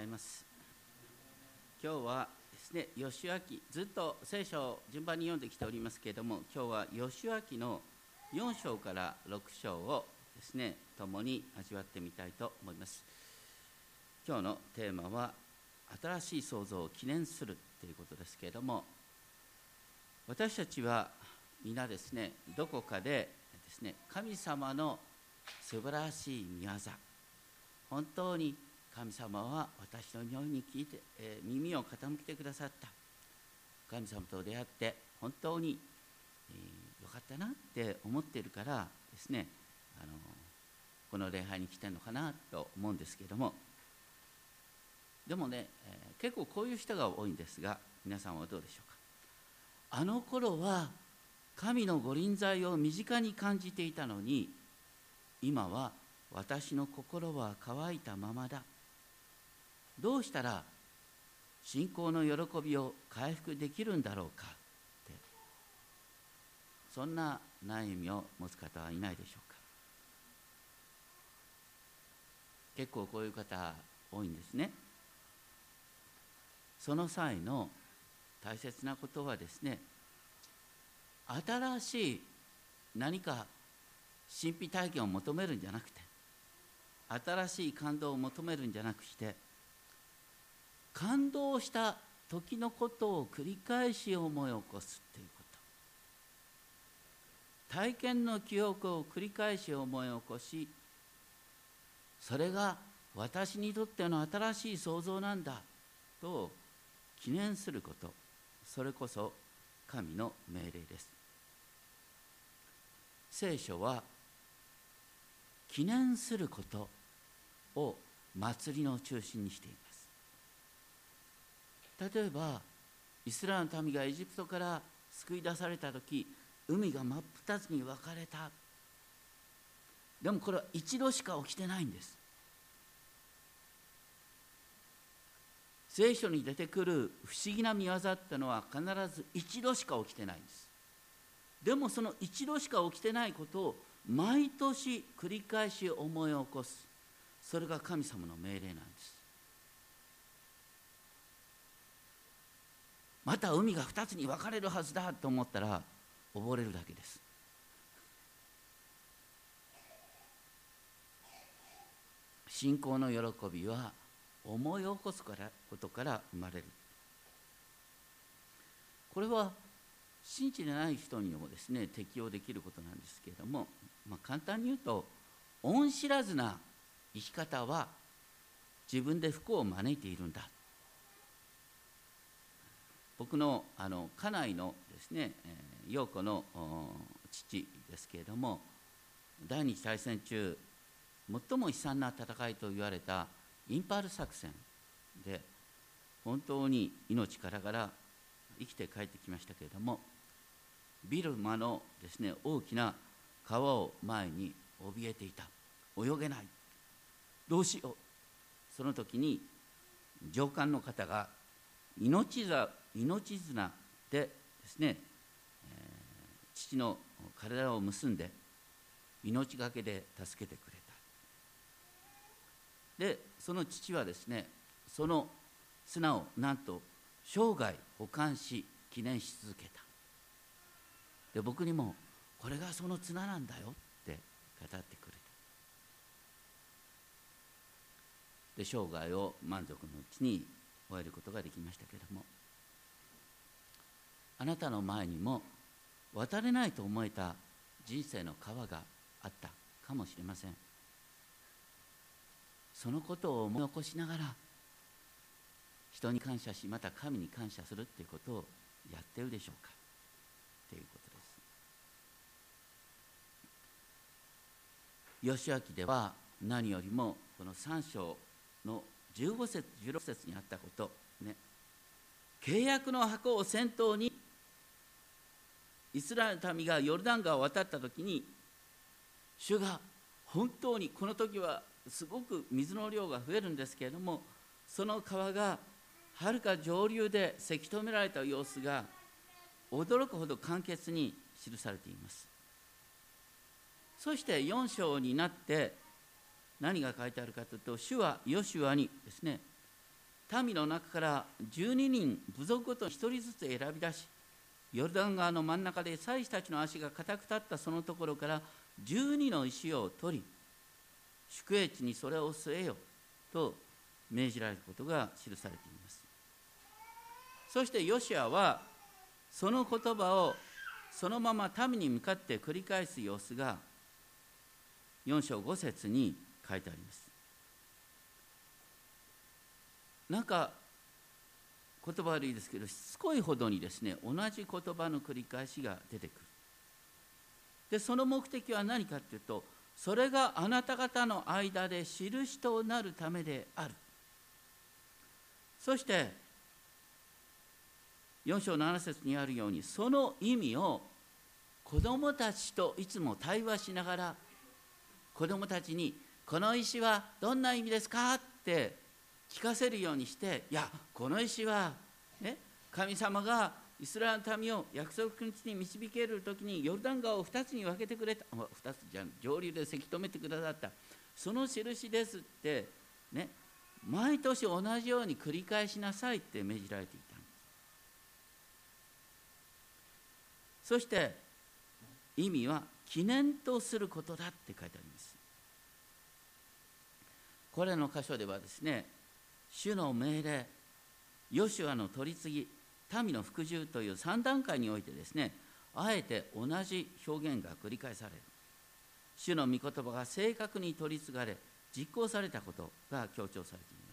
います。今日はですね、義明、ずっと聖書を順番に読んできておりますけれども、今日は義明の4章から6章をですね、共に味わってみたいと思います。今日のテーマは、新しい創造を記念するということですけれども、私たちは皆ですね、どこかでですね、神様の素晴らしい御業、本当に神様は私の祈りに聞いて、耳を傾けてくださった。神様と出会って本当に、よかったなって思っているからですね、この礼拝に来てるのかなと思うんですけれども、でもね、結構こういう人が多いんですが、皆さんはどうでしょうか。あの頃は神の御臨在を身近に感じていたのに、今は私の心は乾いたままだ。どうしたら信仰の喜びを回復できるんだろうかって、そんな悩みを持つ方はいないでしょうか。結構こういう方多いんですね。その際の大切なことはですね、新しい何か神秘体験を求めるんじゃなくて、新しい感動を求めるんじゃなくして、感動した時のことを繰り返し思い起こすということ。体験の記憶を繰り返し思い起こし、それが私にとっての新しい創造なんだと記念すること、それこそ神の命令です。聖書は記念することを祭りの中心にしています。例えばイスラエルの民がエジプトから救い出されたとき、海が真っ二つに分かれた。でもこれは一度しか起きてないんです。聖書に出てくる不思議な御業ってのは必ず一度しか起きてないんです。でもその一度しか起きてないことを毎年繰り返し思い起こす。それが神様の命令なんです。また海が二つに分かれるはずだと思ったら溺れるだけです。信仰の喜びは思い起こすことから生まれる。これは信じてない人にもですね、適用できることなんですけれども、簡単に言うと、恩知らずな生き方は自分で不幸を招いているんだ。僕の家内のですね、陽子の父ですけれども、第二次大戦中最も悲惨な戦いと言われたインパール作戦で本当に命からがら生きて帰ってきましたけれども、ビルマのですね、大きな川を前に怯えていた。泳げない、どうしよう。その時に上官の方が命綱でですね、父の体を結んで命がけで助けてくれた。でその父はですね、その綱をなんと生涯保管し記念し続けた。で僕にもこれがその綱なんだよって語ってくれた。で生涯を満足のうちに終えることができましたけれども、あなたの前にも渡れないと思えた人生の川があったかもしれません。そのことを思い起こしながら、人に感謝し、また神に感謝するっていうことをやっているでしょうかということです。義明では何よりもこの3章の15節16節にあったことね、契約の箱を先頭にイスラエルの民がヨルダン川を渡った時に、主が本当にこの時はすごく水の量が増えるんですけれども、その川がはるか上流でせき止められた様子が驚くほど簡潔に記されています。そして4章になって何が書いてあるかというと、主はヨシュアにですね、 民の中から12人部族ごとに1人ずつ選び出し、ヨルダン川の真ん中で祭司たちの足が固く立ったそのところから12の石を取り、宿営地にそれを据えよと命じられたことが記されています。そしてヨシュアはその言葉をそのまま民に向かって繰り返す様子が4章5節に書いてあります。なんか言葉悪いですけど、しつこいほどにですね、同じ言葉の繰り返しが出てくる。で、その目的は何かというと、それがあなた方の間で印となるためである。そして4章7節にあるように、その意味を子どもたちといつも対話しながら、子どもたちにこの石はどんな意味ですかって聞かせるようにして、いや、この石は、ね、神様がイスラエルの民を約束の地に導けるときにヨルダン川を2つに分けてくれた、2つじゃん、上流でせき止めてくださった、その印ですって、ね、毎年同じように繰り返しなさいって命じられていたんです。そして意味は記念とすることだって書いてあります。これの箇所ではですね、主の命令、ヨシュアの取り次ぎ、民の服従という3段階においてですね、あえて同じ表現が繰り返される。主の御言葉が正確に取り継がれ実行されたことが強調されています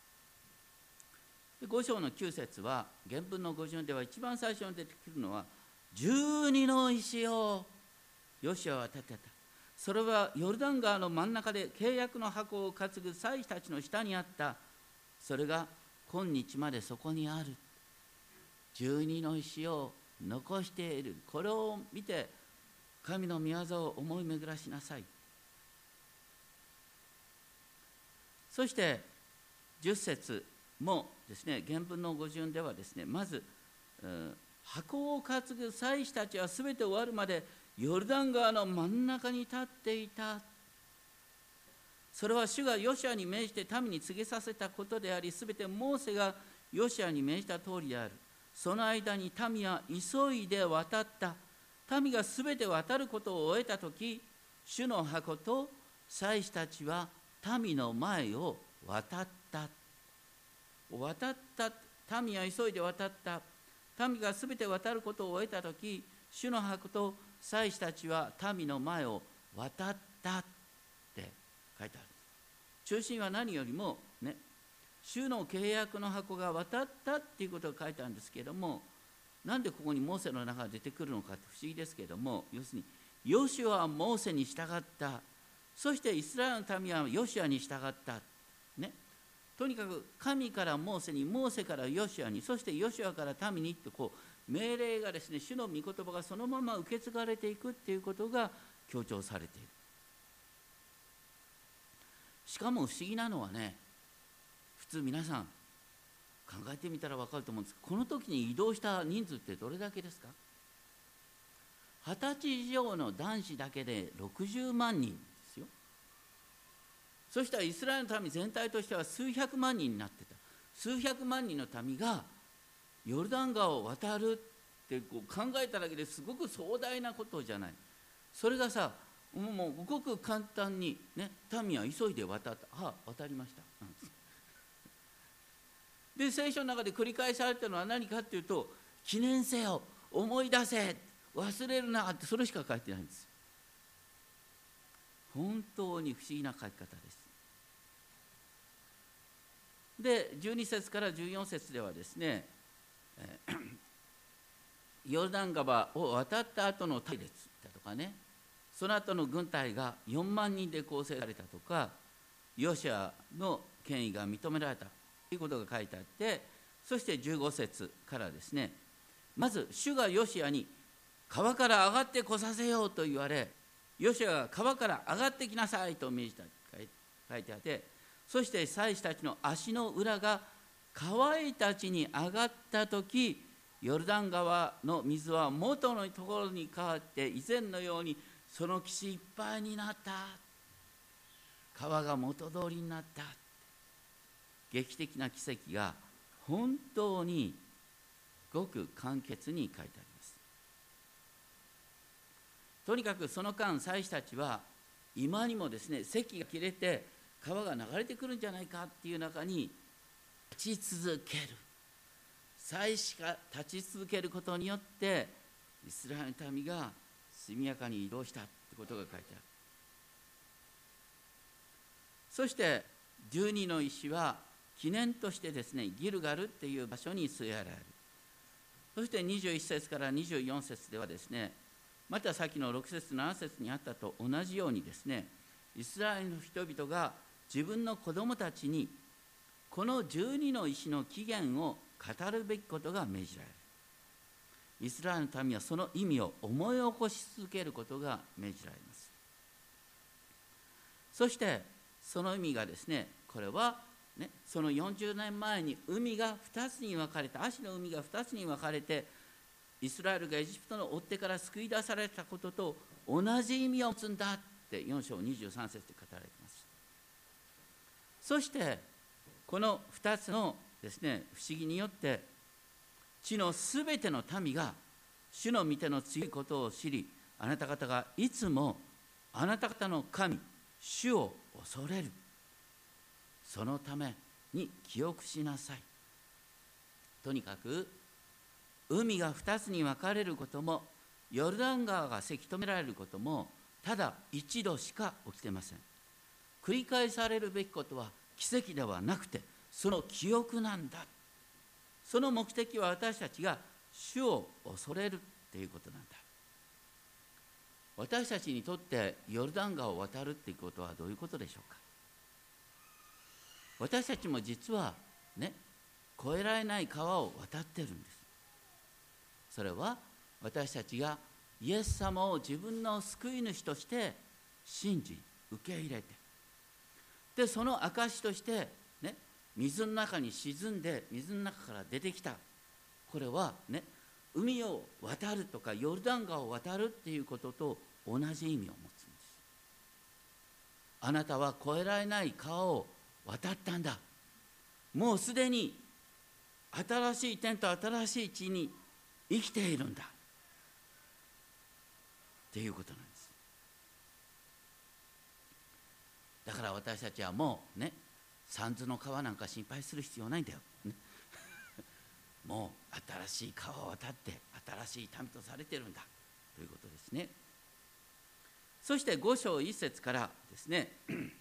。5章の9節は原文の語順では一番最初に出てくるのは、12の石をヨシュアは建てた。それはヨルダン川の真ん中で契約の箱を担ぐ祭司たちの下にあった。それが今日までそこにある。12の石を残している。これを見て神の御業を思い巡らしなさい。そして10節もですね、原文の語順ではですね、まず箱を担ぐ祭司たちはすべて終わるまでヨルダン川の真ん中に立っていた。それは主がヨシュアに命じて民に告げさせたことであり、すべてモーセがヨシュアに命じた通りである。その間に民は急いで渡った。民がすべて渡ることを終えたとき、主の箱と祭司たちは民の前を渡った。民は急いで渡った。民がすべて渡ることを終えたとき、主の箱と祭司たちは民の前を渡ったって書いてある。中心は何よりもね、主の契約の箱が渡ったっていうことが書いてあるんですけれども、なんでここにモーセの名が出てくるのかって不思議ですけれども、要するにヨシュアはモーセに従った。そしてイスラエルの民はヨシュアに従った。ね。とにかく神からモーセに、モーセからヨシュアに、そしてヨシュアから民にってこう命令がですね、主の御言葉がそのまま受け継がれていくっていうことが強調されている。しかも不思議なのはね、普通皆さん考えてみたら分かると思うんですけど、この時に移動した人数ってどれだけですか？20歳以上の男子だけで60万人ですよ。そしたらイスラエルの民全体としては数百万人になってた。数百万人の民がヨルダン川を渡るってこう考えただけですごく壮大なことじゃない。それがさ、もうごく簡単にね、民は急いで渡った。渡りました。で、聖書の中で繰り返されたのは何かっていうと、記念せよ、思い出せ、忘れるなって、それしか書いてないんです。本当に不思議な書き方です。で、12節から14節ではですね、ヨルダン川を渡った後の隊列だとかね、その後の軍隊が4万人で構成されたとか、ヨシュアの権威が認められたということが書いてあって、そして15節からですね、まず主がヨシュアに川から上がってこさせようと言われ、ヨシュアが川から上がってきなさいと命じたと書いてあって、そして祭司たちの足の裏が乾いた地に上がったとき、ヨルダン川の水は元のところに変わって以前のようにその岸いっぱいになった。川が元通りになった。 劇的な奇跡が本当にごく簡潔に書いてあります。とにかくその間、祭司たちは今にもですね、堰が切れて川が流れてくるんじゃないかっていう中に立ち続ける。祭司が立ち続けることによってイスラエルの民が速やかに移動したということが書いてある。そして12の石は記念としてですね、ギルガルっていう場所に据えられる。そして21節から24節ではですね、またさっきの6節7節にあったと同じようにですね、イスラエルの人々が自分の子供たちにこの12の石の起源を語るべきことが命じられる。イスラエルの民はその意味を思い起こし続けることが命じられます。そしてその意味がですね、これはね、その40年前に海が2つに分かれた、アシの海が2つに分かれてイスラエルがエジプトの追っ手から救い出されたことと同じ意味を持つんだって4章23節で語られています。そしてこの2つのですね、不思議によって地のすべての民が主の御手の強いことを知り、あなた方がいつもあなた方の神主を恐れる、そのために記憶しなさい。とにかく海が2つに分かれることもヨルダン川がせき止められることもただ一度しか起きていません。繰り返されるべきことは奇跡ではなくてその記憶なんだ。その目的は私たちが主を恐れるということなんだ。私たちにとってヨルダン川を渡るということはどういうことでしょうか。私たちも実はね、越えられない川を渡ってるんです。それは私たちがイエス様を自分の救い主として信じ受け入れて、でその証としてね、水の中に沈んで水の中から出てきた。これはね、海を渡るとかヨルダン川を渡るっていうことと同じ意味を持つんです。あなたは越えられない川を渡ったんだ。もうすでに新しい天と新しい地に生きているんだっていうことなんです。だから私たちはもうね、三途の川なんか心配する必要ないんだよ、ね、もう新しい川を渡って新しい民とされてるんだということですね。そして5章1節からですね、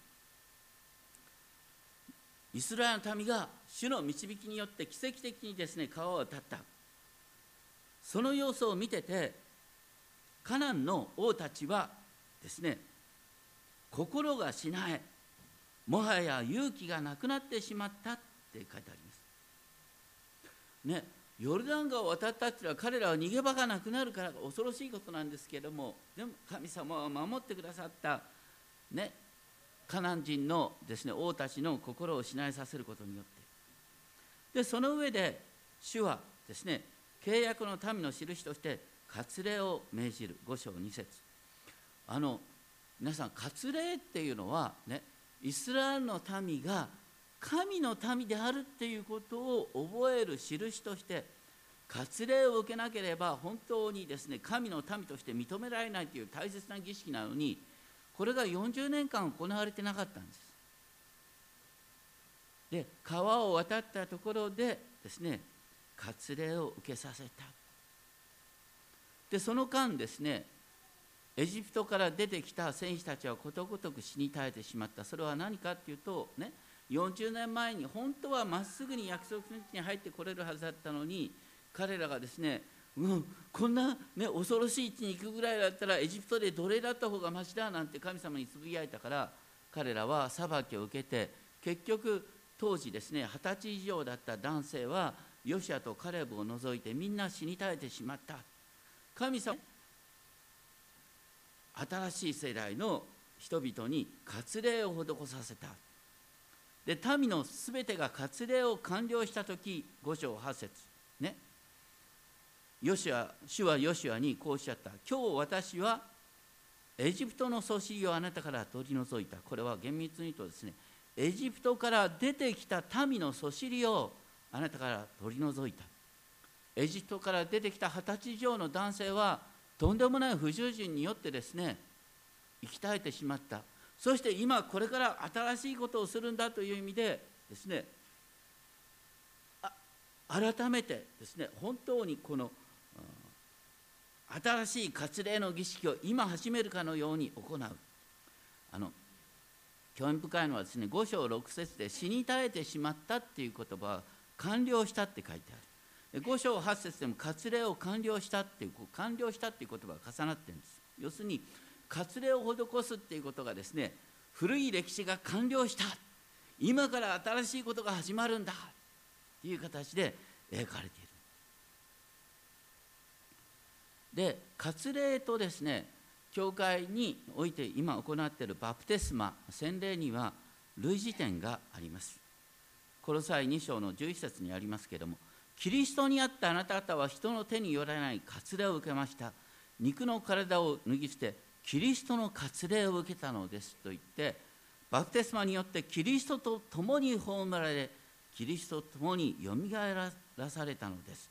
イスラエルの民が主の導きによって奇跡的にですね、川を渡った。その様子を見てて、カナンの王たちはですね、心がしなえ、もはや勇気がなくなってしまったって書いてあります。ね、ヨルダン川を渡ったっていうのは彼らは逃げ場がなくなるから恐ろしいことなんですけれども、でも神様は守ってくださったね、カナン人のですね、王たちの心をしなえさせることによって、でその上で主はですね、契約の民の印として割礼を命じる。5章2節。皆さん、割礼っていうのはね、イスラエルの民が神の民であるっていうことを覚える印として、割礼を受けなければ本当にですね、神の民として認められないという大切な儀式なのに、これが40年間行われてなかったんです。で川を渡ったところでですね、割礼を受けさせた。でその間ですね、エジプトから出てきた戦士たちはことごとく死に絶えてしまった。それは何かっていうとね、40年前に本当はまっすぐに約束の地に入ってこれるはずだったのに、彼らがですね、こんな、ね、恐ろしい地に行くぐらいだったらエジプトで奴隷だった方がましだなんて神様につぶやいたから、彼らは裁きを受けて、結局当時ですね、20歳以上だった男性はヨシュアとカレブを除いてみんな死に絶えてしまった。神様新しい世代の人々に割礼を施させた。で民のすべてが割礼を完了したとき、5章8節ね、主はヨシュアにこうおっしゃった。今日私はエジプトのそしりをあなたから取り除いた。これは厳密に言うとですね、 エジプトから出てきた民のそしりをあなたから取り除いた。エジプトから出てきた20歳以上の男性はとんでもない不従順によってですね、生き絶えてしまった。そして今これから新しいことをするんだという意味でですね、改めてですね、本当にこの新しい割礼の儀式を今始めるかのように行う。興味深いのはですね、5章6節で死に絶えてしまったっていう言葉は完了したって書いてある。5章8節でも割礼を完了したっていう言葉が重なっているんです。要するに割礼を施すっていうことがですね、古い歴史が完了した、今から新しいことが始まるんだという形で描かれている。で、割礼とですね、教会において今行っているバプテスマ、洗礼には類似点があります。コロサイ2章の11節にありますけれども、キリストにあったあなた方は人の手によらない割礼を受けました。肉の体を脱ぎ捨て、キリストの割礼を受けたのですと言って、バプテスマによってキリストと共に葬られ、キリストと共によみがえらされたのです。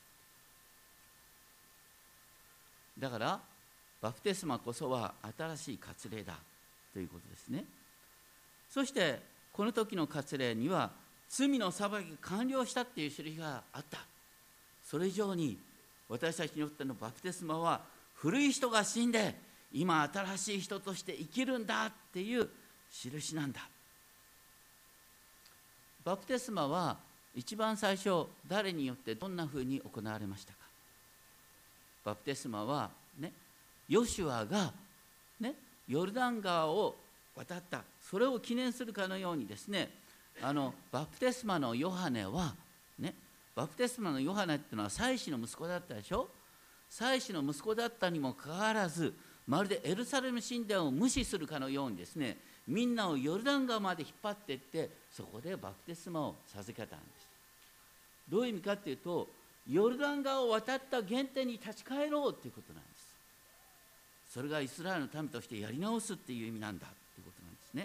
だからバプテスマこそは新しい割礼だということですね。そしてこの時の割礼には罪の裁きが完了したっていう印があった。それ以上に私たちによってのバプテスマは古い人が死んで今新しい人として生きるんだっていう印なんだ。バプテスマは一番最初誰によってどんなふうに行われましたか。バプテスマはね、ヨシュアがね、ヨルダン川を渡った、それを記念するかのようにですね、バプテスマのヨハネはね、バプテスマのヨハネっていうのは祭司の息子だったでしょ。祭司の息子だったにもかかわらず、まるでエルサレム神殿を無視するかのようにですね、みんなをヨルダン川まで引っ張っていって、そこでバプテスマを授けたんです。どういう意味かっていうと、ヨルダン川を渡った原点に立ち返ろうということなんです。それがイスラエルの民としてやり直すっていう意味なんだということなんですね。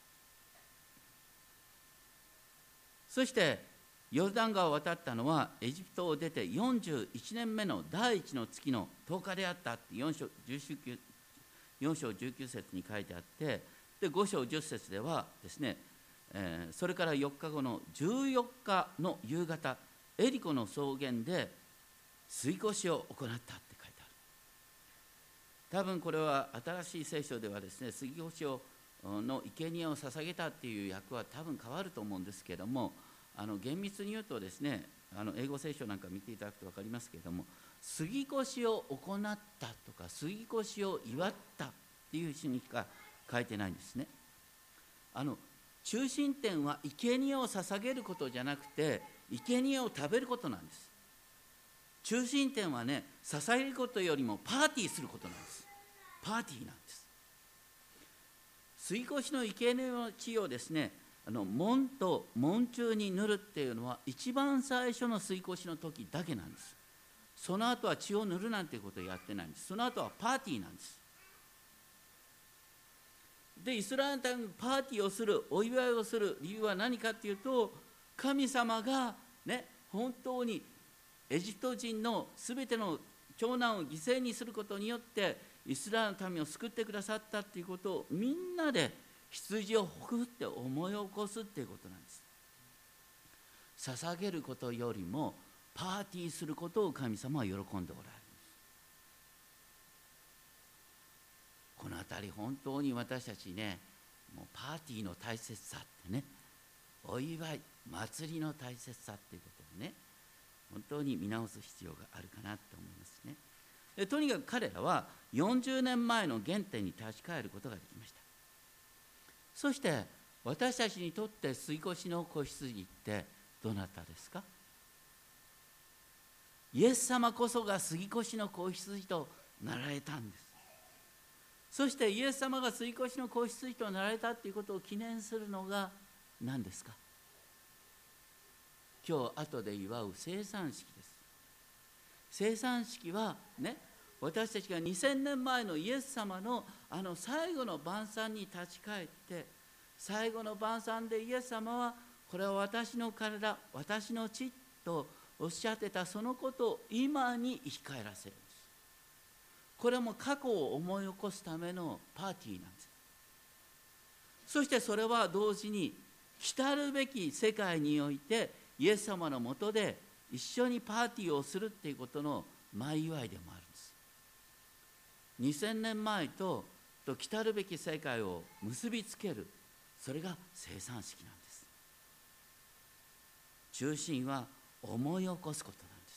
そしてヨルダン川を渡ったのはエジプトを出て41年目の第一の月の10日であったって4章19節に書いてあって、で5章10節ではですね、それから4日後の14日の夕方、エリコの草原で吸い越しを行ったって書いてある。多分これは新しい聖書ではですね、吸い越しをの生贄を捧げたっていう訳は多分変わると思うんですけれども、厳密に言うとですね、英語聖書なんか見ていただくと分かりますけれども、杉越を行ったとか杉越を祝ったっていう詩にしか書いてないんですね。中心点は生贄を捧げることじゃなくて生贄を食べることなんです。中心点はね、捧げることよりもパーティーすることなんです。パーティーなんです。吸い越しの生贄の血をですね、門と門柱に塗るっていうのは一番最初の吸い越しの時だけなんです。その後は血を塗るなんていうことをやってないんです。その後はパーティーなんです。で、イスラエルの民がパーティーをする、お祝いをする理由は何かっていうと、神様がね、本当にエジプト人のすべての長男を犠牲にすることによってイスラエルの民を救ってくださったっていうことをみんなで羊をほくって思い起こすっていうことなんです。捧げることよりもパーティーすることを神様は喜んでおられる。このあたり本当に私たちね、もうパーティーの大切さってね、お祝い祭りの大切さっていうことをね、本当に見直す必要があるかなと思いますね。でとにかく彼らは40年前の原点に立ち返ることができました。そして私たちにとって吸い越しの子羊ってどなたですか。イエス様こそが杉越の子羊となられたんです。そしてイエス様が吸い越しの子羊となられたということを記念するのが何ですか。今日後で祝う聖餐式です。聖餐式はね、私たちが2000年前のイエス様の最後の晩餐に立ち返って、 最後の晩餐でイエス様はこれは私の体、私の血とおっしゃってたそのことを今に生き返らせるんです。これも過去を思い起こすためのパーティーなんです。そしてそれは同時に来るべき世界においてイエス様のもとで一緒にパーティーをするっていうことの前祝いでもあるんです。2000年前と来るべき世界を結びつける、それが生産式なんです。中心は思い起こすことなんです。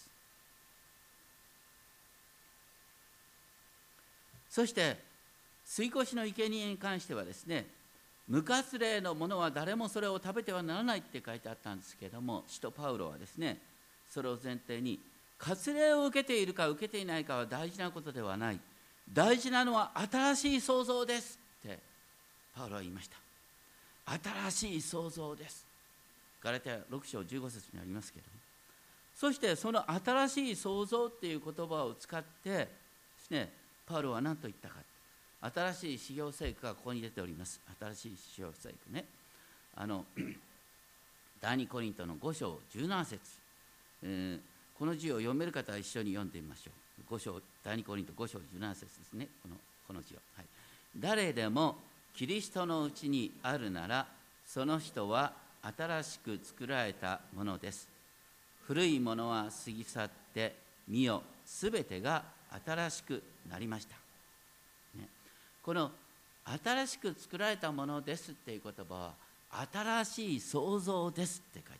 そして水越の生贄に関してはですね、無活霊の者は誰もそれを食べてはならないって書いてあったんですけれども、使徒パウロはですね、それを前提に割礼を受けているか受けていないかは大事なことではない、大事なのは新しい創造ですってパウロは言いました。新しい創造です。ガラテヤ6章15節にありますけれども、そしてその新しい創造っていう言葉を使ってですね、パウロは何と言ったか。新しい使用聖句がここに出ております。新しい使用聖句ね、第2コリントの5章17節、この字を読める方は一緒に読んでみましょう。第2コリント5章17節ですね、この字を、はい、誰でもキリストのうちにあるなら、その人は新しく作られたものです。古いものは過ぎ去って見よ、すべてが新しくなりました、ね、この新しく作られたものですっていう言葉は新しい創造ですって書いてあるんです。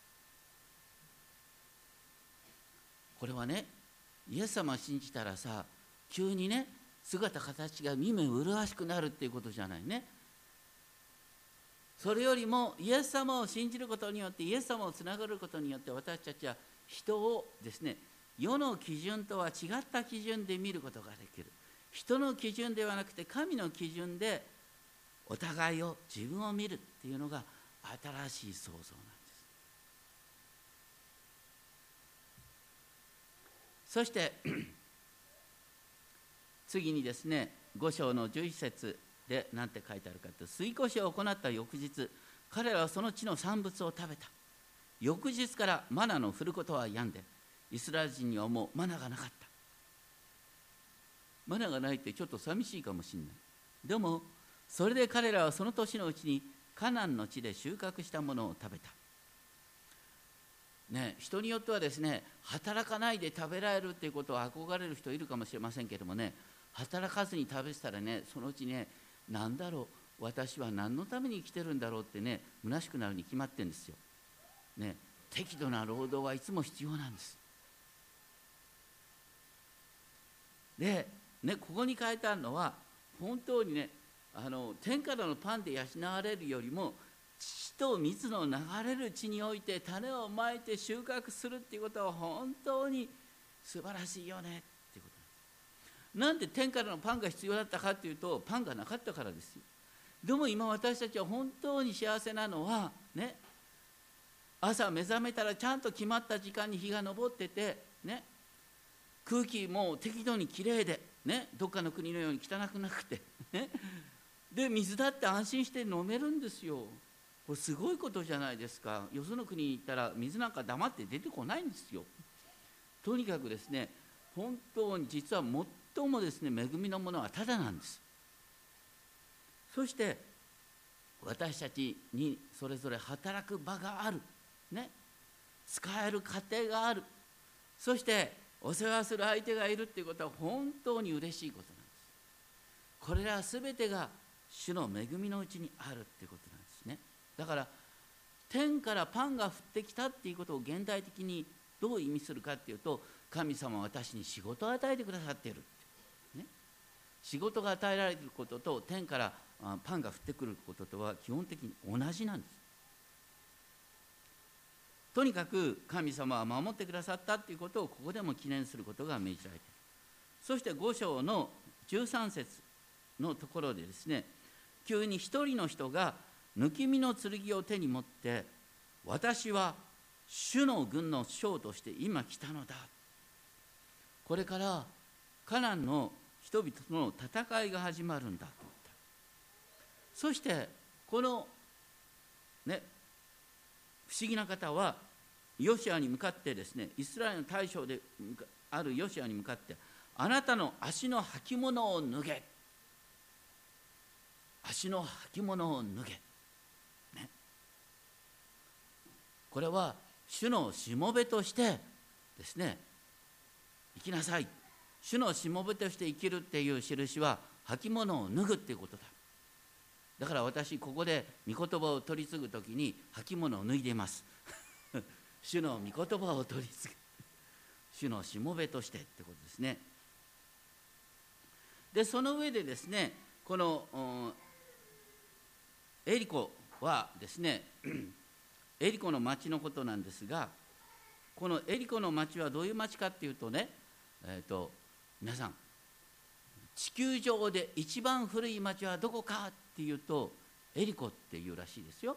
これはね、イエス様を信じたらさ、急にね姿形が見目麗しくなるっていうことじゃないね。それよりもイエス様を信じることによって、イエス様をつながることによって、私たちは人をですね、世の基準とは違った基準で見ることができる。人の基準ではなくて神の基準でお互いを、自分を見るっていうのが新しい創造なんです。そして次にですね、5章の11節で何て書いてあるかというと、水越を行った翌日、彼らはその地の産物を食べた。翌日からマナの降ることは止んで、イスラエル人にはもうマナがなかった。マナがないってちょっと寂しいかもしれない。でもそれで彼らはその年のうちにカナンの地で収穫したものを食べた。ね、人によってはですね、働かないで食べられるっていうことを憧れる人いるかもしれませんけどもね、働かずに食べてたらね、そのうちね、なんだろう、私は何のために生きてるんだろうってね、虚しくなるに決まってるんですよ。ね、適度な労働はいつも必要なんです。で、ね、ここに書いてあるのは、本当にね、天からのパンで養われるよりも、土と水の流れる地において種をまいて収穫するっていうことは本当に素晴らしいよねっていうこと。なんで天からのパンが必要だったかっていうと、パンがなかったからですよ。でも今私たちは本当に幸せなのはね、朝目覚めたらちゃんと決まった時間に日が昇っててね、空気も適度にきれいでね、どっかの国のように汚くなくてね、で水だって安心して飲めるんですよ。これすごいことじゃないですか。よその国に行ったら水なんか黙って出てこないんですよ。とにかくですね、本当に実は最もですね、恵みのものはただなんです。そして私たちにそれぞれ働く場がある、ね、使える家庭がある、そしてお世話する相手がいるっていうことは本当に嬉しいことなんです。これら全てが主の恵みのうちにあるっていうことなんですね。だから天からパンが降ってきたっていうことを現代的にどう意味するかっていうと、神様は私に仕事を与えてくださっているって、ね、仕事が与えられていることと天からパンが降ってくることとは基本的に同じなんです。とにかく神様は守ってくださったということをここでも記念することが命じられている。そして5章の13節のところでですね、急に一人の人が抜き身の剣を手に持って、私は主の軍の将として今来たのだ、これからカナンの人々との戦いが始まるんだと言った。そしてこのね不思議な方はヨシュアに向かってですね、イスラエルの大将であるヨシュアに向かって、あなたの足の履物を脱げ、足の履物を脱げ、ね、これは主のしもべとしてですね、生きなさい、主のしもべとして生きるっていう印は履物を脱ぐっていうことだ。だから私ここで御言葉を取り継ぐときに履物を脱いでいます主の御言葉を取り継ぐ、主のしもべとしてってことですね。でその上でですね、このエリコはですねエリコの町のことなんですが、このエリコの町はどういう町かっていうとね、皆さん、地球上で一番古い町はどこかっていうとエリコっていうらしいですよ。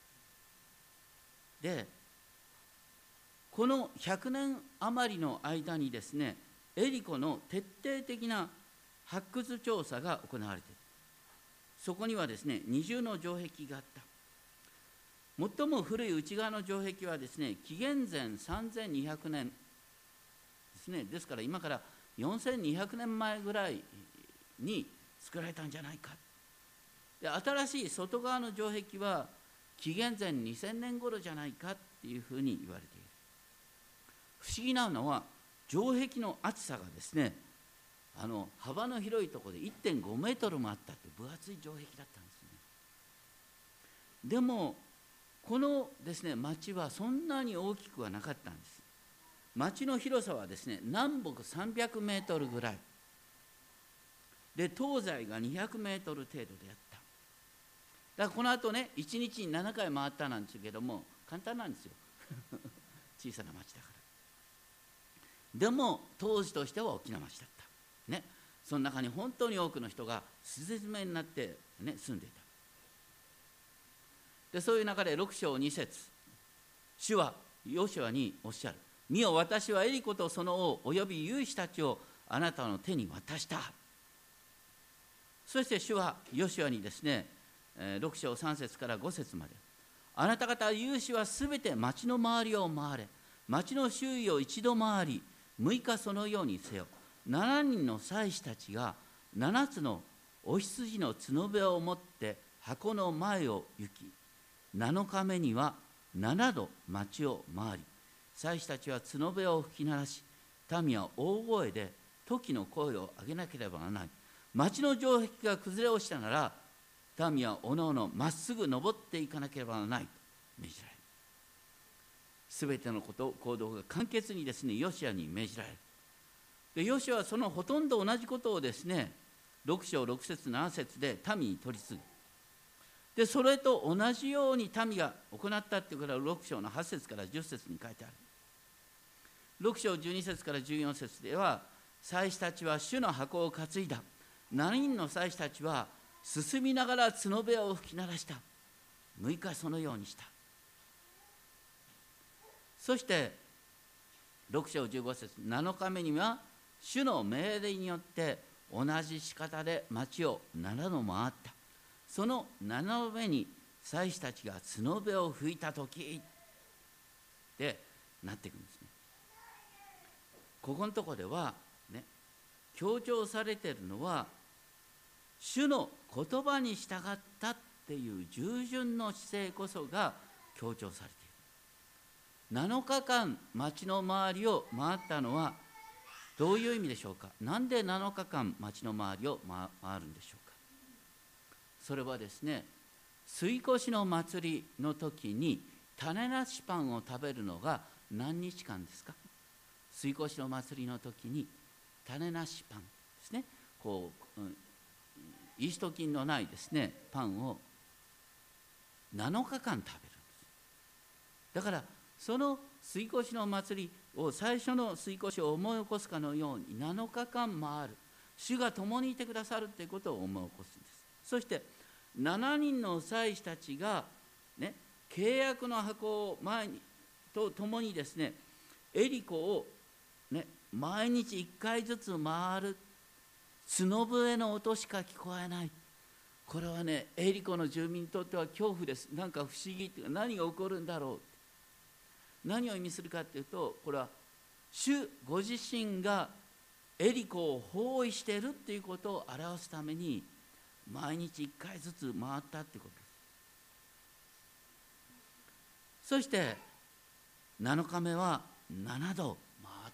でこの100年余りの間にですね、エリコの徹底的な発掘調査が行われている。そこにはですね、二重の城壁があった。最も古い内側の城壁はですね、紀元前3200年ですね。ですから今から4200年前ぐらいに作られたんじゃないか。で新しい外側の城壁は紀元前2000年頃じゃないかっていうふうに言われている。不思議なのは城壁の厚さがですね、幅の広いところで 1.5 メートルもあったって分厚い城壁だったんですね。でもこのですね町はそんなに大きくはなかったんです。町の広さはですね、南北300メートルぐらいで、東西が200メートル程度であった。だからこの後ね、1日に7回回ったなんですけども、簡単なんですよ小さな町だから。でも当時としては大きな町だったね。その中に本当に多くの人がすぜ詰めになって、ね、住んでいた。でそういう中で6章2節、主はヨシュアにおっしゃる。見よ、私はエリコとその王および勇士たちをあなたの手に渡した。そして主はヨシュアにですね、6章3節から5節まで、あなた方勇士はすべて町の周りを回れ、町の周囲を一度回り、6日そのようにせよ。7人の祭司たちが7つのお羊の角笛を持って箱の前を行き、7日目には7度町を回り、祭司たちは角笛を吹き鳴らし、民は大声で時の声を上げなければならない。町の城壁が崩れ落ちたなら、民はおのおのまっすぐ登っていかなければならないと命じられる。すべての行動が簡潔にですね、ヨシュアに命じられる。でヨシュアはそのほとんど同じことをですね、6章6節7節で民に取り継ぐ。でそれと同じように民が行ったっていうことは6章の8節から10節に書いてある。6章12節から14節では、祭司たちは主の箱を担いだ。7人の祭司たちは進みながら角笛を吹き鳴らした。6日そのようにした。そして6章15節、7日目には主の命令によって同じ仕方で町を7度回った。その7度目に祭司たちが角笛を吹いた時でなっていくんですね。ここのところではね、強調されているのは主の言葉に従ったっていう従順の姿勢こそが強調されている。7日間町の周りを回ったのはどういう意味でしょうか。なんで7日間町の周りを回るんでしょうか。それはですね、杉越の祭りの時に種なしパンを食べるのが何日間ですか。杉越の祭りの時に種なしパンですね、こう、イースト菌のないですねパンを7日間食べるんです。だからその杉越の祭りを、最初の杉越を思い起こすかのように7日間回る、主が共にいてくださるということを思い起こすんです。そして7人の祭司たちが、ね、契約の箱を前にと共にですね、エリコを、ね、毎日1回ずつ回る。角笛の音しか聞こえない。 これはね、エリコの住民にとっては恐怖です。なんか不思議っていうか、何が起こるんだろう。何を意味するかっていうと、これは主ご自身がエリコを包囲しているっていうことを表すために、毎日1回ずつ回ったってことです。そして7日目は7度回った。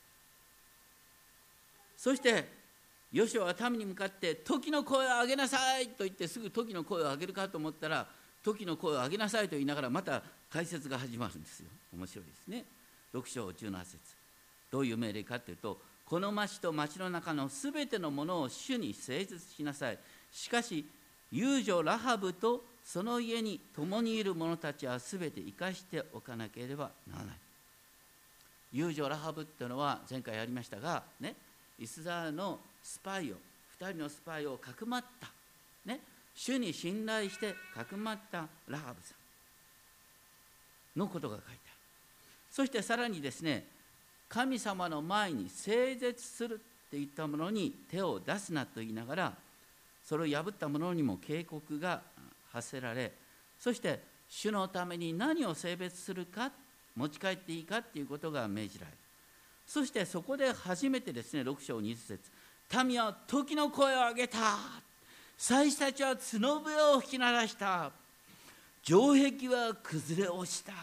そしてヨシュアは民に向かって、時の声を上げなさいと言って、すぐ時の声を上げるかと思ったら、時の声を上げなさいと言いながらまた解説が始まるんですよ。面白いですね。6章17節、どういう命令かというと、この町と町の中のすべてのものを主に誠実しなさい。しかし遊女ラハブとその家に共にいる者たちはすべて生かしておかなければならない。遊女ラハブっていうのは前回やりましたがね、イスラエルのスパイを、2人のスパイをかくまった、ね、主に信頼してかくまったラハブさんのことが書いてある。そしてさらにですね、神様の前に誠実するっていったものに手を出すなと言いながら、それを破った者にも警告が発せられ、そして主のために何を性別するか、持ち帰っていいかっていうことが命じられる。そしてそこで初めてですね、6章20節、民は時の声を上げた、祭司たちは角笛を吹き鳴らした、城壁は崩れ落ちた。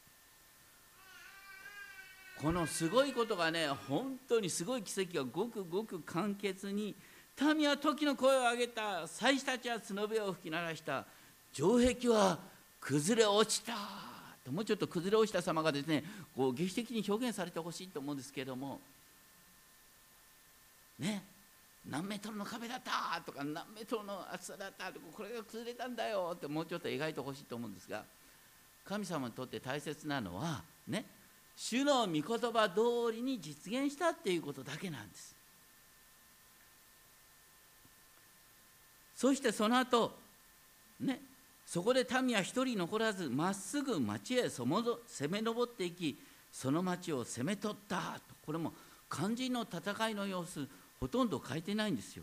このすごいことがね、本当にすごい奇跡がごくごく簡潔に、民は時の声を上げた、祭司たちは角笛を吹き鳴らした、城壁は崩れ落ちたと、もうちょっと崩れ落ちた様がですね、こう劇的に表現されてほしいと思うんですけれどもね、何メートルの壁だったとか、何メートルの厚さだったとか、これが崩れたんだよってもうちょっと描いてほしいと思うんですが、神様にとって大切なのはね、主の御言葉通りに実現したっていうことだけなんです。そしてその後ね、そこで民は一人残らず、まっすぐ町へ攻め上っていき、その町を攻め取ったと。これも肝心の戦いの様子、ほとんど書いてないんですよ。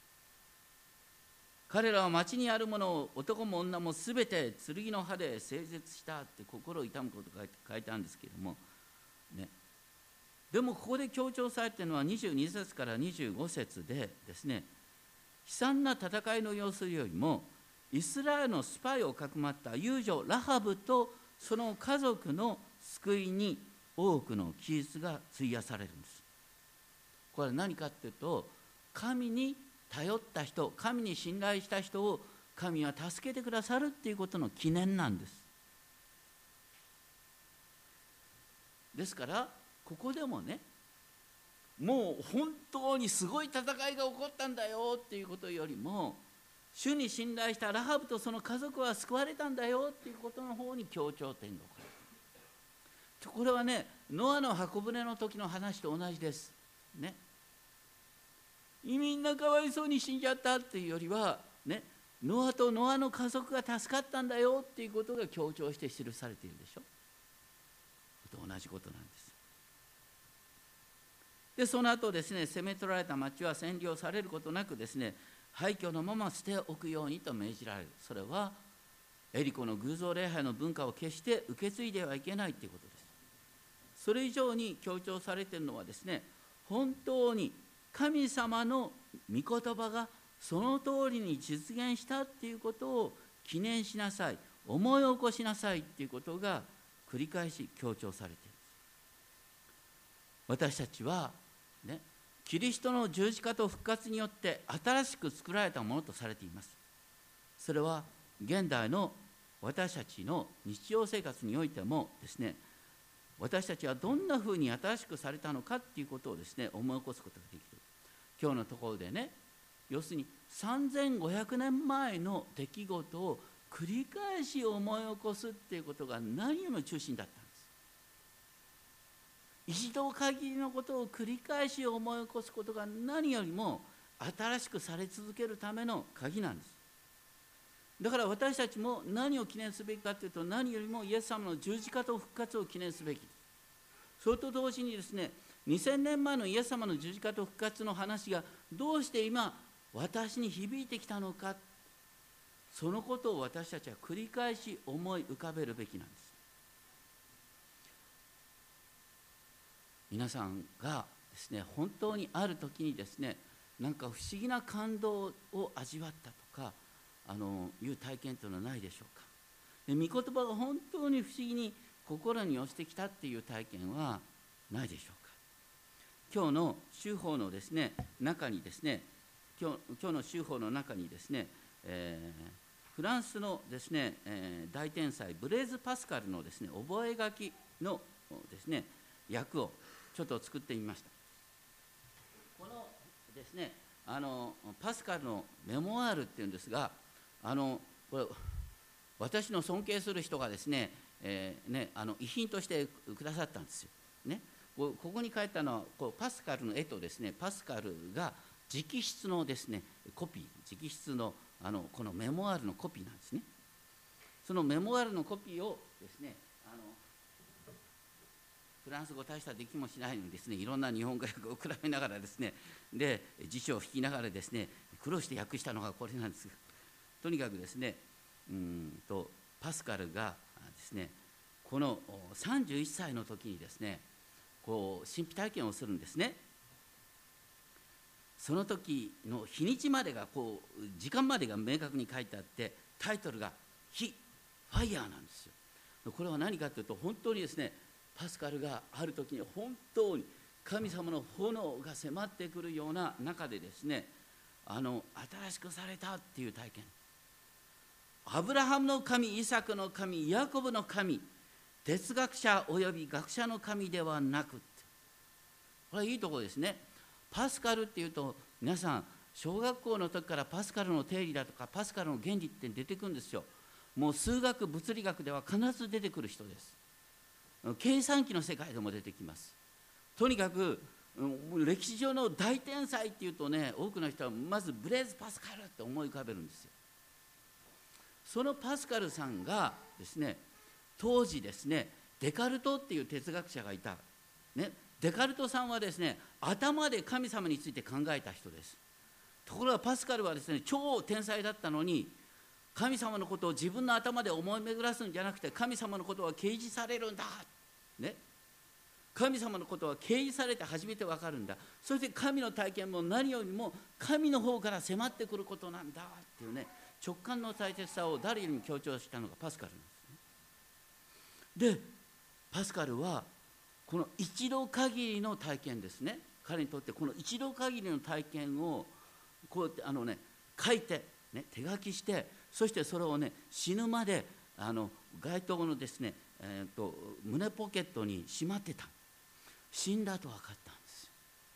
彼らは町にあるものを、男も女もすべて剣の刃で整絶したって心を痛むことが書いてあるんですけれどもね。でもここで強調されているのは22節から25節でですね、悲惨な戦いの様子よりも、イスラエルのスパイをかくまった遊女ラハブとその家族の救いに多くの記述が費やされるんです。これは何かというと、神に頼った人、神に信頼した人を神は助けてくださるっていうことの記念なんです。ですからここでもね、もう本当にすごい戦いが起こったんだよっていうことよりも、主に信頼したラハブとその家族は救われたんだよっていうことの方に強調点が置かれている。これはね、ノアの箱舟の時の話と同じですね。みんなかわいそうに死んじゃったっていうよりはね、ノアとノアの家族が助かったんだよっていうことが強調して記されているでしょ。同じことなんです。でその後ですね、攻め取られた町は占領されることなくですね、廃墟のまま捨ておくようにと命じられる。それはエリコの偶像礼拝の文化を決して受け継いではいけないということです。それ以上に強調されているのはですね、本当に神様の御言葉がその通りに実現したっていうことを記念しなさい、思い起こしなさいっていうことが繰り返し強調されている。私たちはね、キリストの十字架と復活によって新しく作られたものとされています。それは現代の私たちの日常生活においてもですね、私たちはどんなふうに新しくされたのかっていうことをですね、思い起こすことができる。今日のところでね、要するに3500年前の出来事を繰り返し思い起こすっていうことが何よりも中心だったんです。一度限りのことを繰り返し思い起こすことが何よりも新しくされ続けるための鍵なんです。だから私たちも何を記念すべきかというと、何よりもイエス様の十字架と復活を記念すべき。それと同時にですね、2000年前のイエス様の十字架と復活の話がどうして今私に響いてきたのか、 そのことを私たちは繰り返し思い浮かべるべきなんです。皆さんがですね、本当にある時にですね、なんか不思議な感動を味わったとかいう体験というのはないでしょうか。で、御言葉が本当に不思議に心に落ちてきたっていう体験はないでしょうか。今日の週報のですね中にですね、今日の週報の中にですね、フランスのですね、大天才ブレーズ・パスカルのですね覚書のですね訳をちょっと作ってみました。このですねパスカルのメモワールっていうんですが、これ私の尊敬する人がですね、遺品としてくださったんですよ。ね、ここに書いたのはパスカルの絵とですね、パスカルが直筆のですねコピー、直筆のこのメモワールのコピーなんですね。そのメモワールのコピーをですねフランス語大したできもしないのにですね、いろんな日本語訳を比べながらですね、で辞書を引きながらですね苦労して訳したのがこれなんですが、とにかくですねパスカルがですねこの31歳の時にですね神秘体験をするんですね。その時の日にちまでが時間までが明確に書いてあって、タイトルが火ファイヤーなんですよ。これは何かというと、本当にですねパスカルがある時に本当に神様の炎が迫ってくるような中でですね新しくされたっていう体験、アブラハムの神、イサクの神、ヤコブの神、哲学者および学者の神ではなくって、これはいいところですね。パスカルっていうと皆さん小学校の時からパスカルの定理だとかパスカルの原理って出てくるんですよ。もう数学物理学では必ず出てくる人です。計算機の世界でも出てきます。とにかく歴史上の大天才っていうとね、多くの人はまずブレーズ・パスカルって思い浮かべるんですよ。そのパスカルさんがですね当時ですねデカルトっていう哲学者がいた、ね、デカルトさんはですね頭で神様について考えた人です。ところがパスカルはですね超天才だったのに、神様のことを自分の頭で思い巡らすんじゃなくて、神様のことは掲示されるんだ、ね、神様のことは掲示されて初めて分かるんだ、そして神の体験も何よりも神の方から迫ってくることなんだっていうね、直感の大切さを誰よりも強調したのがパスカルなんですね。でパスカルはこの一度限りの体験ですね、彼にとってこの一度限りの体験をこうやって書いて、ね、手書きして、そしてそれをね死ぬまで街灯のですね、胸ポケットにしまってた。死んだと分かったんですよ。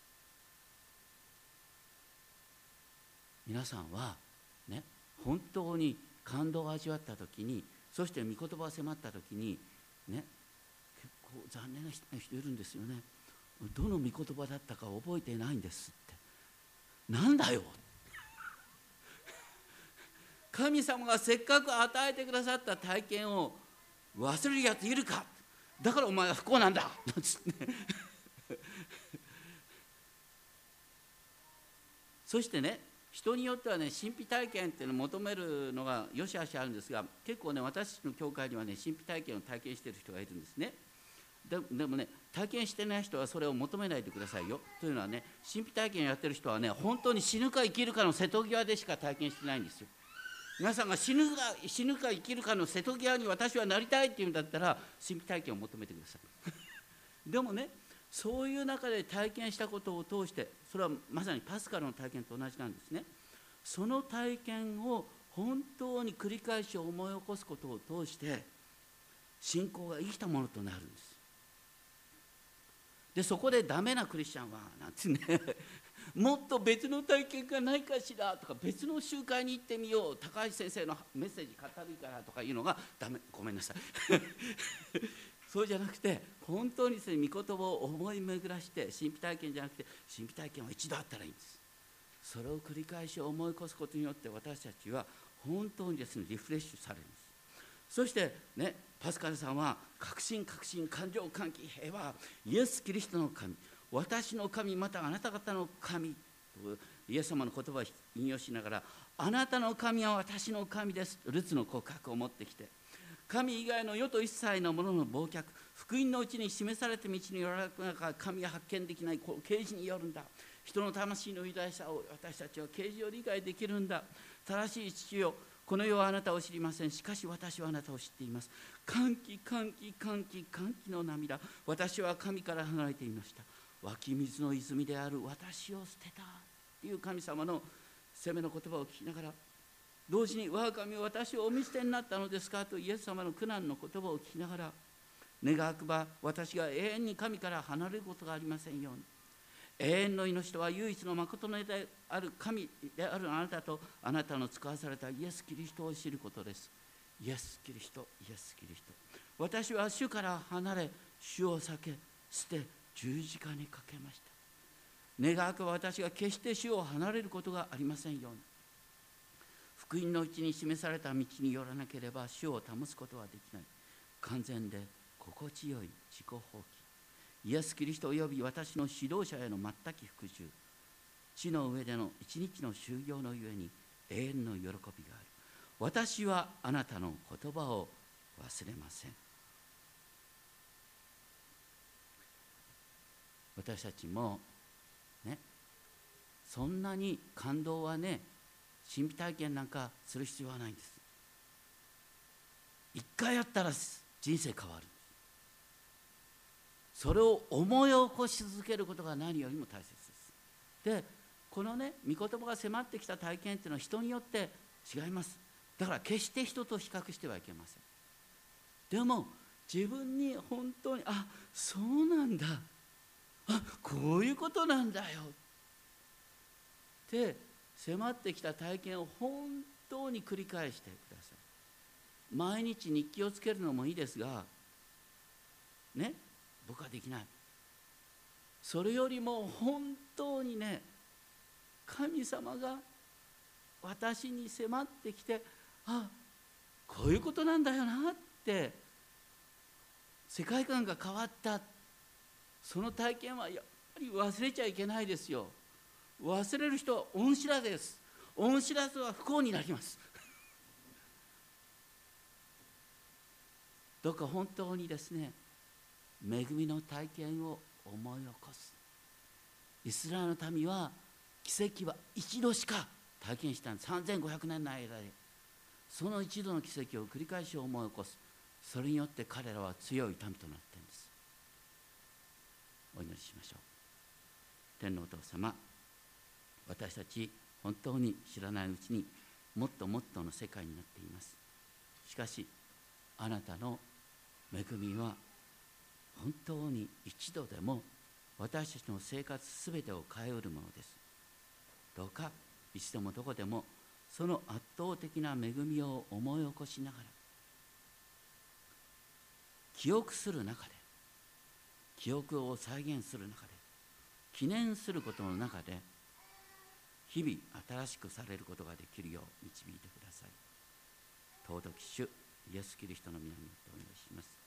皆さんはね本当に感動を味わった時に、そして御言葉を迫った時にね、結構残念な人いるんですよね。どの御言葉だったか覚えてないんですって。なんだよ神様がせっかく与えてくださった体験を忘れるやついるか、だからお前は不幸なんだなんつってそしてね、人によってはね神秘体験っていうのを求めるのがよしあしあるんですが、結構ね私の教会にはね神秘体験を体験している人がいるんですね。でもね体験してない人はそれを求めないでくださいよ。というのはね、神秘体験をやってる人はね本当に死ぬか生きるかの瀬戸際でしか体験してないんですよ。皆さんが死ぬか生きるかの瀬戸際に私はなりたいっていうんだったら神秘体験を求めてくださいでもね、そういう中で体験したことを通して、それはまさにパスカルの体験と同じなんですね。その体験を本当に繰り返し思い起こすことを通して信仰が生きたものとなるんです。でそこでダメなクリスチャンはなんてねもっと別の体験がないかしらとか、別の集会に行ってみよう、高橋先生のメッセージ語るからとかいうのがダメ、ごめんなさいそうじゃなくて、本当にですね御言葉を思い巡らして、神秘体験じゃなくて神秘体験は一度あったらいいんです。それを繰り返し思い起こすことによって私たちは本当にですねリフレッシュされるんです。そしてね、パスカルさんは確信感情歓喜平和、イエス・キリストの神、私の神またあなた方の神とイエス様の言葉を引用しながら、 あなたの神は私の神です。ルツの告白を持ってきて、神以外の世と一切のものの忘却、福音のうちに示された道によらなか神が発見できない啓示によるんだ。人の魂の偉大さを私たちは啓示を理解できるんだ。正しい父よ、この世はあなたを知りません。しかし私はあなたを知っています。歓喜歓喜歓喜歓喜の涙。私は神から離れていました。湧き水の泉である私を捨てたという神様の責めの言葉を聞きながら、同時に我が神は私をお見捨てになったのですかとイエス様の苦難の言葉を聞きながら、願わくば私が永遠に神から離れることがありませんように。永遠の命とは唯一の誠のである神であるあなたとあなたの使わされたイエス・キリストを知ることです。イエス・キリスト、イエス・キリスト。私は主から離れ、主を避け、捨て、十字架にかけました。願わくば私が決して主を離れることがありませんように。福音のうちに示された道によらなければ主を保つことはできない。完全で心地よい自己放棄。イエス・キリストおよび私の指導者への全き服従。地の上での一日の修行のゆえに永遠の喜びがある。私はあなたの言葉を忘れません。私たちもね、そんなに感動はね、神秘体験なんかする必要はないんです。一回やったら人生変わる。それを思い起こし続けることが何よりも大切です。で、このね、御言葉が迫ってきた体験っていうのは人によって違います。だから決して人と比較してはいけません。でも自分に本当に、あ、そうなんだ、あ、こういうことなんだよって迫ってきた体験を本当に繰り返してください。毎日日記をつけるのもいいですがね、僕はできない。それよりも本当にね、神様が私に迫ってきて、あ、こういうことなんだよなって、世界観が変わった、その体験はやっぱり忘れちゃいけないですよ。忘れる人は恩知らずです。恩知らずは不幸になりますどうか本当にですね、恵みの体験を思い起こす。イスラエルの民は奇跡は一度しか体験したんです。3500年の間でその一度の奇跡を繰り返し思い起こす。それによって彼らは強い民となっているんです。お祈りしましょう。天のお父様、私たち本当に知らないうちにもっともっとの世界になっています。しかしあなたの恵みは本当に一度でも私たちの生活すべてを変えうるものです。どうかいつでもどこでもその圧倒的な恵みを思い起こしながら、記憶する中で、記憶を再現する中で、記念することの中で日々新しくされることができるよう導いてください。尊き主イエス・キリストの皆によってお願いします。